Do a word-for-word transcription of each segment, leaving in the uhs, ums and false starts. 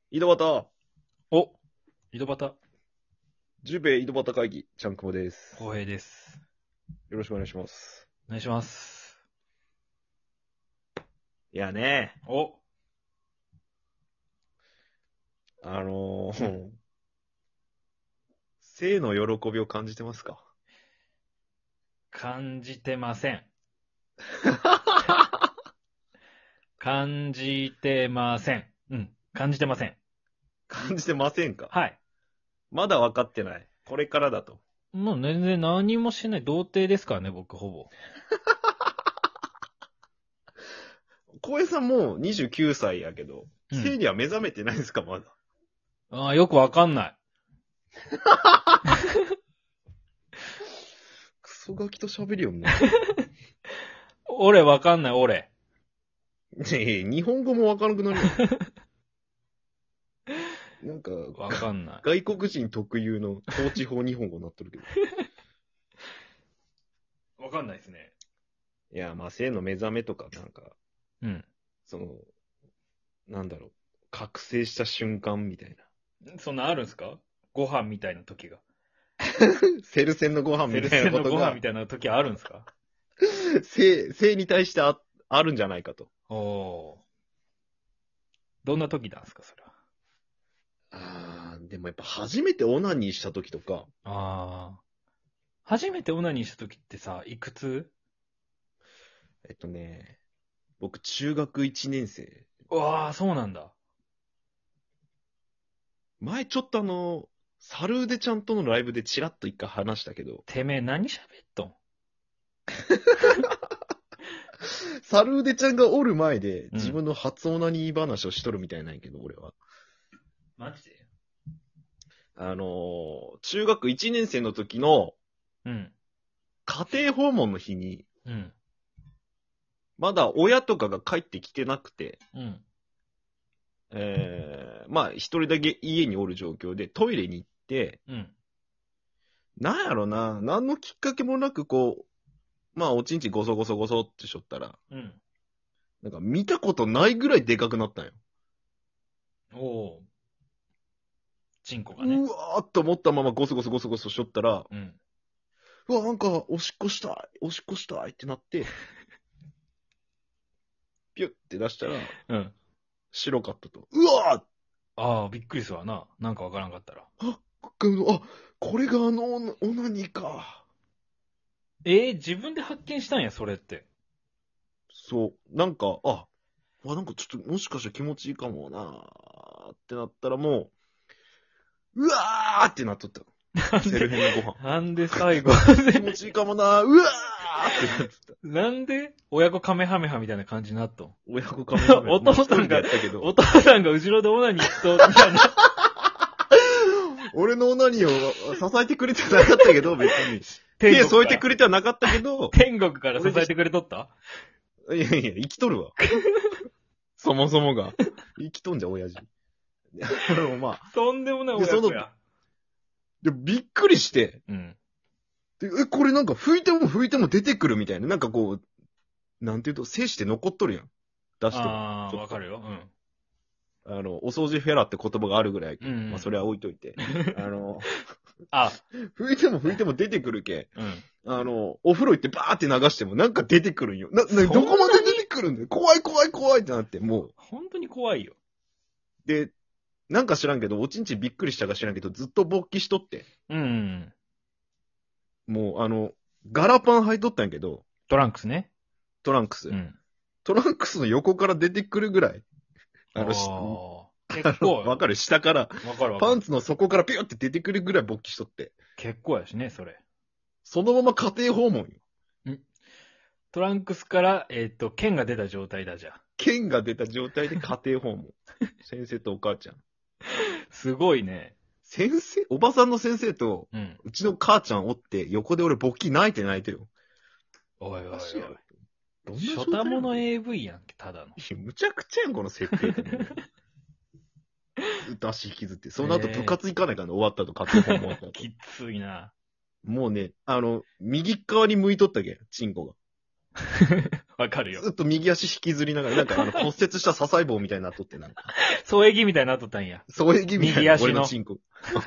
井戸端、 お、井戸端、 ジュベ井戸端会議、ちゃんくぼです。 浩平です。 よろしくお願いします。 お願いします。 いやね、 お、 あのー、性の喜びを感じてますか？ 感じてません。感じてません。うん、感じてません。 感じてませんか？ はい。 まだ分かってない。これからだと。 もう全然何もしてない。童貞ですからね、僕、ほぼ。 浩平さんもうにじゅうきゅうさいやけど、 うん性には目覚めてないですか、まだ。 ああ、よくわかんない。 クソガキと喋るよね。 俺わかんない、俺。 ねえ、日本語も分からなくなるよ。なんか、 わかんない。 外国人特有の統治法日本語になってるけど。 わかんないですね。 いや、まあ、性の目覚めとか、なんか、 うん。 その、なんだろう、覚醒した瞬間みたいそんなあるんすか？ご飯みたいな時が。 な。セル戦のご飯セルみたいなことが戦のご飯み、たいな時あるんすか？ 性、性に対してあ、あるんじゃないかと。 おー。どんな時なんすか、それは。 あー、でもやっぱ初めてオナニーした時とか、 ああ。初めてオナニーした時ってさ、いくつ？ えっとね、僕中学いちねん生。 うわあ、そうなんだ。 前ちょっとあの、サルーデちゃんとのライブでチラッと一回話したけど、 てめえ何喋っとん？ サルーデちゃんがおる前でん自分の初オナニー話をしとるみたいなんやけど、俺は。 マジで？ あのー中学いちねん生の時のうん。 家庭訪問の日に、 うん。 まだ親とかが帰ってきてなくて、 うん。 えー、まあ一人だけ家におる状況でトイレに行って、 うん。 なんやろな、何のきっかけもなくこう、まあおちんちゴソゴソゴソってしょったら、 うん。 なんか見たことないぐらいでかくなったんよ。 おお。チンコがね。 うわーっと思ったままゴソゴソゴソゴソしょったら、 うん。 うわ、なんかおしっこしたい、おしっこしたいってなって、ピュッて出したらうん。 白かったと。うわーああ、びっくりするわな。なんかわからんかったら。 あ、あ、これがあのオナオナニーか。 えー、自分で発見したんや、それって。 そう。なんか、あ、わ、なんかちょっともしかしたら気持ちいいかもなーってなったらもう、うわーってなっとった。セルヘンのご飯。 なんで最後気持ちいいかもなー、うわーってなっとった。 なんで親子カメハメハみたいな感じになっとん？ 親子カメラお父さんがまあ一人でやったけど、 お父さんが後ろでオナニーしと、みたいな。 俺のオナニーを支えてくれてなかったけど、別に。手添えてくれてはなかったけど、 天国から支えてくれとった？ いやいや、生きとるわ。そもそもが。生きとんじゃん、親父。でもまあ、 とんでもない親でその子や。 でびっくりして、 うん。 でえ、これなんか拭いても拭いても出てくるみたいな。なんかこう、なんていうと、精子って残っとるやん。出しても。 ああ、 ちょっとわかるよ。うん。 あの、お掃除フェラって言葉があるぐらいやけど、 うんうんまあそれは置いといて。あの、 あ、 拭いても拭いても出てくるけ。 うん。 あの、お風呂行ってバーって流してもなんか出てくるんよ。な、な、 そんなにどこまで出てくるんだよ。怖い怖い怖いってなって、もう。 本当に怖いよ。 で、なんか知らんけど、おちんちびっくりしたか知らんけど、ずっと勃起しとって。 うん。 もう、あの、ガラパン履いとったんやけど、 トランクスね。 トランクス。 うん。 トランクスの横から出てくるぐらい。あの、しあーあ結構。 のわかる下から、 わかるわかる。 パンツの底からピュって出てくるぐらい勃起しとって。 結構やしね、それ。 そのまま家庭訪問よ。 トランクスから、えっと、剣が出た状態だじゃ。 剣が出た状態で家庭訪問。先生とお母ちゃん。 すごいね。 先生おばさんの先生と、 うん。 うちの母ちゃんおって、横で俺勃起泣いて泣いてよ。 おいおいおいおかしいやろ。どんな初状態なの多もの エーブイ やんけ、ただの。 いやむちゃくちゃやん、この設定って。ずっと足引きずって。その後部活行かないからね、終わった後、家庭訪問終わった後。 きついな。 もうね、あの、右側に向いとったけん、チンコが。 わかるよ。 ずっと右足引きずりながら、なんかあの骨折した支え棒みたいになっとって、なんか。 添え木みたいになっとったんや。 添え木みたいな、 右足の俺のチンコ。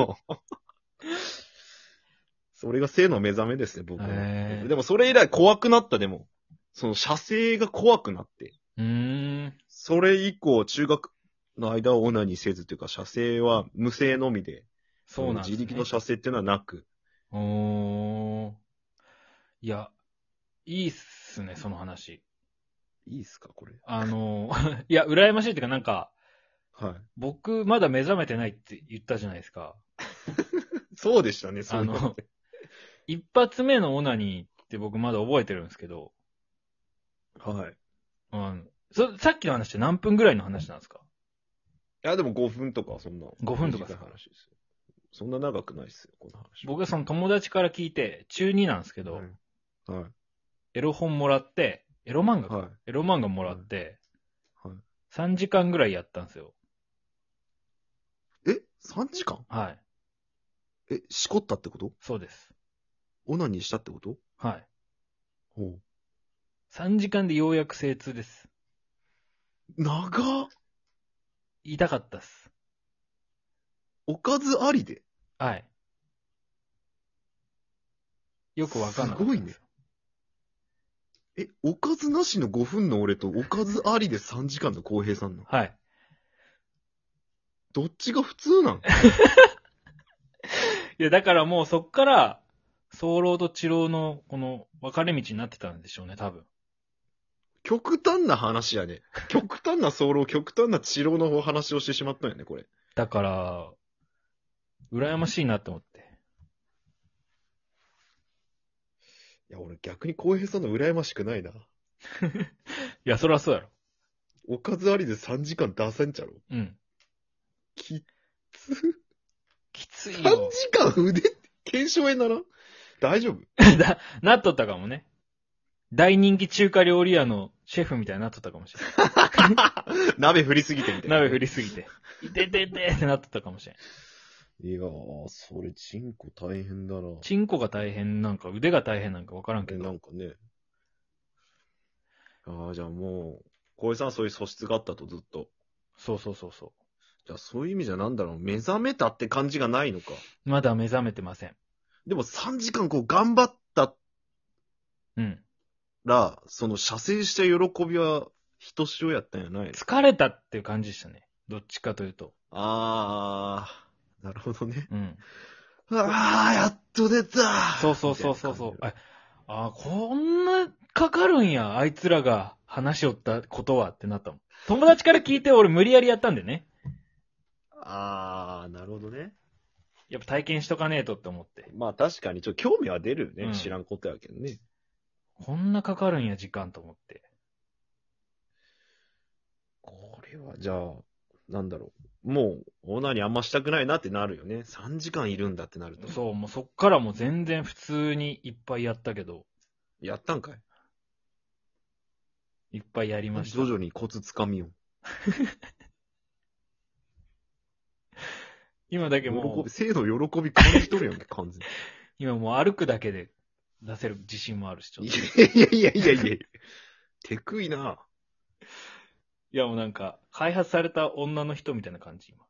それが性の目覚めですね、僕は。 へーでもそれ以来怖くなった、でも。その射精が怖くなって。 うーん。 それ以降、中学の間はオナニーせずというか、射精は無精のみで、 そうなんですね。 自力の射精っていうのはなく。 おー。いや、いいっすね、その話。 いいっすか、これ。 あの、いや、羨ましいっていうかなんか、 はい。 僕まだ目覚めてないって言ったじゃないですか。 そうでしたね、そうあいうのの、一発目のオナニーって僕まだ覚えてるんですけど、 はい。いうん。そ、さっきの話って何分ぐらいの話なんですか？ や、でもごふんとか、そんな。 ごふんとか短い話ですよ。そんな長くないっすよ、この話。 僕はその友達から聞いて、中になんですけど、 はい。はい。 エロ本もらって、エロ漫画か、 はいエロ漫画もらって、 はい。 さんじかんぐらいやったんですよ。 え ?さん 時間はい。 え、しこったってこと？ そうです。 オナニーしたってこと？ はい。 ほう。 さんじかんでようやく精通です。 長っ。 痛かったっす。 おかずありで。 はい。よくわかんなかったんですよ。 え、おかずなしのごふんの俺とおかずありでさんじかんの浩平さんの。 はい。 どっちが普通なん？ いや、だからもうそっから、早漏と治療のこの分かれ道になってたんでしょうね、多分。 極端な話やね。極端な早漏、極端な治療の話をしてしまったんやね、これ。 だから、羨ましいなって思って。 いや、俺逆に浩平さんの羨ましくないな。 いや、そりゃそうやろ。 おかずありでさんじかん出せんちゃろ。 うん。 きつ。 きついさんよ。 じかん腕、腱鞘炎なら大丈夫？ だ、なっとったかもね。大人気中華料理屋のシェフみたいになっとったかもしれない。 鍋振りすぎてみたいな。 鍋振りすぎて。いてててってなっとったかもしれん。 いやー、それ、チンコ大変だな。 チンコが大変なんか腕が大変なんかわからんけえ、など。 んかね。ああ、じゃあもう、浩平さんはそういう素質があったとずっと。 そうそうそうそじゃあそういう意味じゃなんだろう、目覚めたって感じがないのか。 う。まだ目覚めてません。 でもさんじかんこう頑張ったうん。 ら、その射精した喜びはひとしおやったんやないの？ 疲れたっていう感じでしたね。どっちかというと。 あー、なるほどね。 うん。 あー、やっと出た。 そうそうそうそうそう。 みたいあ、あ、こんなかかるんや、あいつらが話しよったことはってなったもん。友達から聞いて俺無理やりやったんでね。 なあー、なるほどね。 やっぱ体験しとかねえとって思って。 まあ確かにちょっと興味は出るね。 うん知らんことやけどね。 こんなかかるんや、時間と思って。 これは、じゃあ、なんだろう。もう、オーナーにあんましたくないなってなるよね。さんじかんいるんだってなると。 そう、もうそっからもう全然普通にいっぱいやったけど、 やったんかい？ いっぱいやりました。 徐々にコツつかみよう。 今だけもう喜び、、性の喜び感じとるやんけ、完全今もう歩くだけで出せる自信もあるし、ちょっに。 と。 いやいやいやいやいやてくいな。 いやもうなんか、開発された女の人みたいな感じ、今。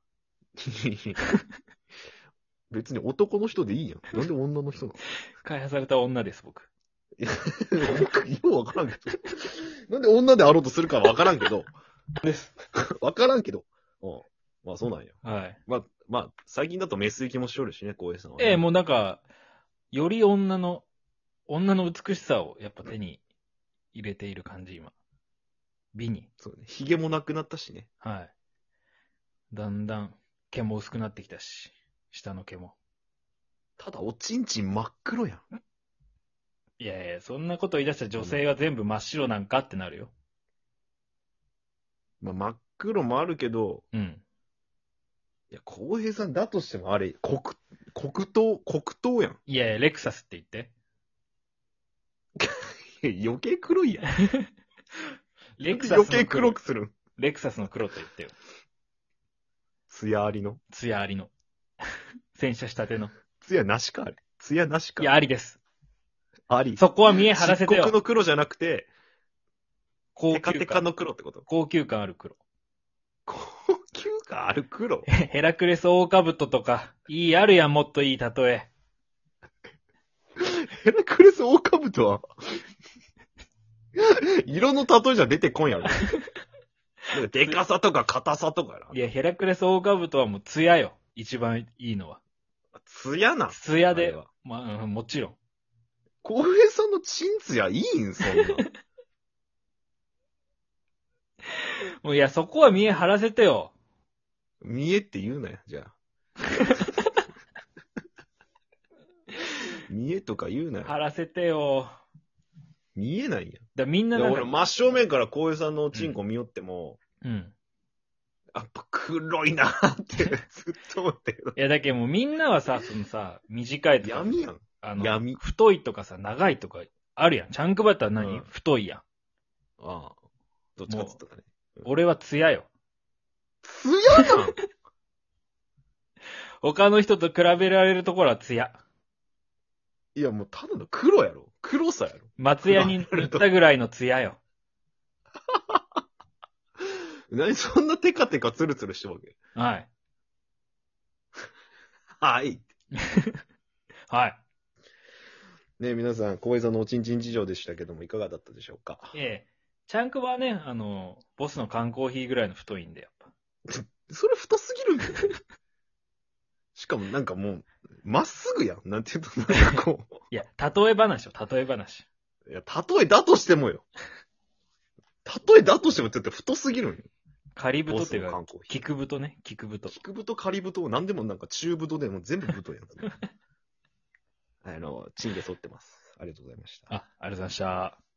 別に男の人でいいやん。なんで女の人なの？ 開発された女です、僕。 僕、ようわからんけど。なんで女であろうとするかはわからんけど。 です。 わからんけど。うん。まあそうなんや。 はい。 まあ、まあ、最近だとメス行きもしおるしね、浩平さんは、ね。 ええ、もうなんか、より女の、女の美しさをやっぱ手に入れている感じ、今。美に。 そうね。髭もなくなったしね。 はい。だんだん毛も薄くなってきたし、下の毛も。 ただ、おちんちん真っ黒やん。 いやいや、そんなこと言い出したら女性が全部真っ白なんかってなるよ。 まあ、真っ黒もあるけど、 うん。 いや、浩平さんだとしてもあれ、黒、黒糖、黒糖やん。 いやいや、レクサスって言って。 余計黒いやん。 レクサスの余計黒くするん。 レクサスの黒と言ってよ。 艶ありの。 艶ありの。洗車したての。 艶なしかあれ。艶なしか。 いや、ありです。 あり。 そこは見え張らせてよ。 漆黒の黒じゃなくて、 高テカ級感。 テカの黒ってこと？ 高級感ある黒。 高級感ある黒？ ヘラクレスオオカブトとか、いい、あるやん、もっといい例え。 ヘラクレスオオカブトは、色の例えじゃ出てこんやろ。でかさとか硬さとかやな。 いや、ヘラクレスオオカブトはもう艶よ。一番いいのは。 艶な。 艶であれは、 まあ、うんもちろん。 浩平さんのチンツヤいいんそんな。 もういや、そこは見え張らせてよ。 見えって言うなよ、じゃあ。見えとか言うなよ。 張らせてよ。 見えないやん。 だみんななんかで俺、真正面から浩平さんのチンコ見よっても、 うん。 やっぱ黒いなーってずっと思ったけど。 いや、だけどもうみんなはさ、そのさ、短いとか、 闇やん。 あの、 闇太いとかさ、長いとかあるやん。チャンクバッターは何、 うん太いやん。 ああ。どっちかっつったらね。 俺は艶よ。 艶なん他の人と比べられるところは艶。 いや、もうただの黒やろ。黒さやろ。 松屋に塗ったぐらいの艶よ。 何そんなテカテカツルツルしてるわけ？ はい。 はい。 はい。 ね皆さん、小平さんのおちんちん事情でしたけども、いかがだったでしょうか？ ええ。チャンクバはね、あの、ボスの缶コーヒーぐらいの太いんで、やっぱ。 それ太すぎるんだよ。しかもなんかもう、まっすぐやん。なんて言うと、なんかこいや、例え話よ、例え話。 う。いや、例えだとしてもよ。例えだとしても、ちょっと太すぎるんよ。 仮太ボっていうかスの缶、コーヒー。 菊太ね、菊太。 菊太、仮太、なんでもなんか中太でも全部太やん。あの、チンで剃ってます。ありがとうございました。 あ、ありがとうございました。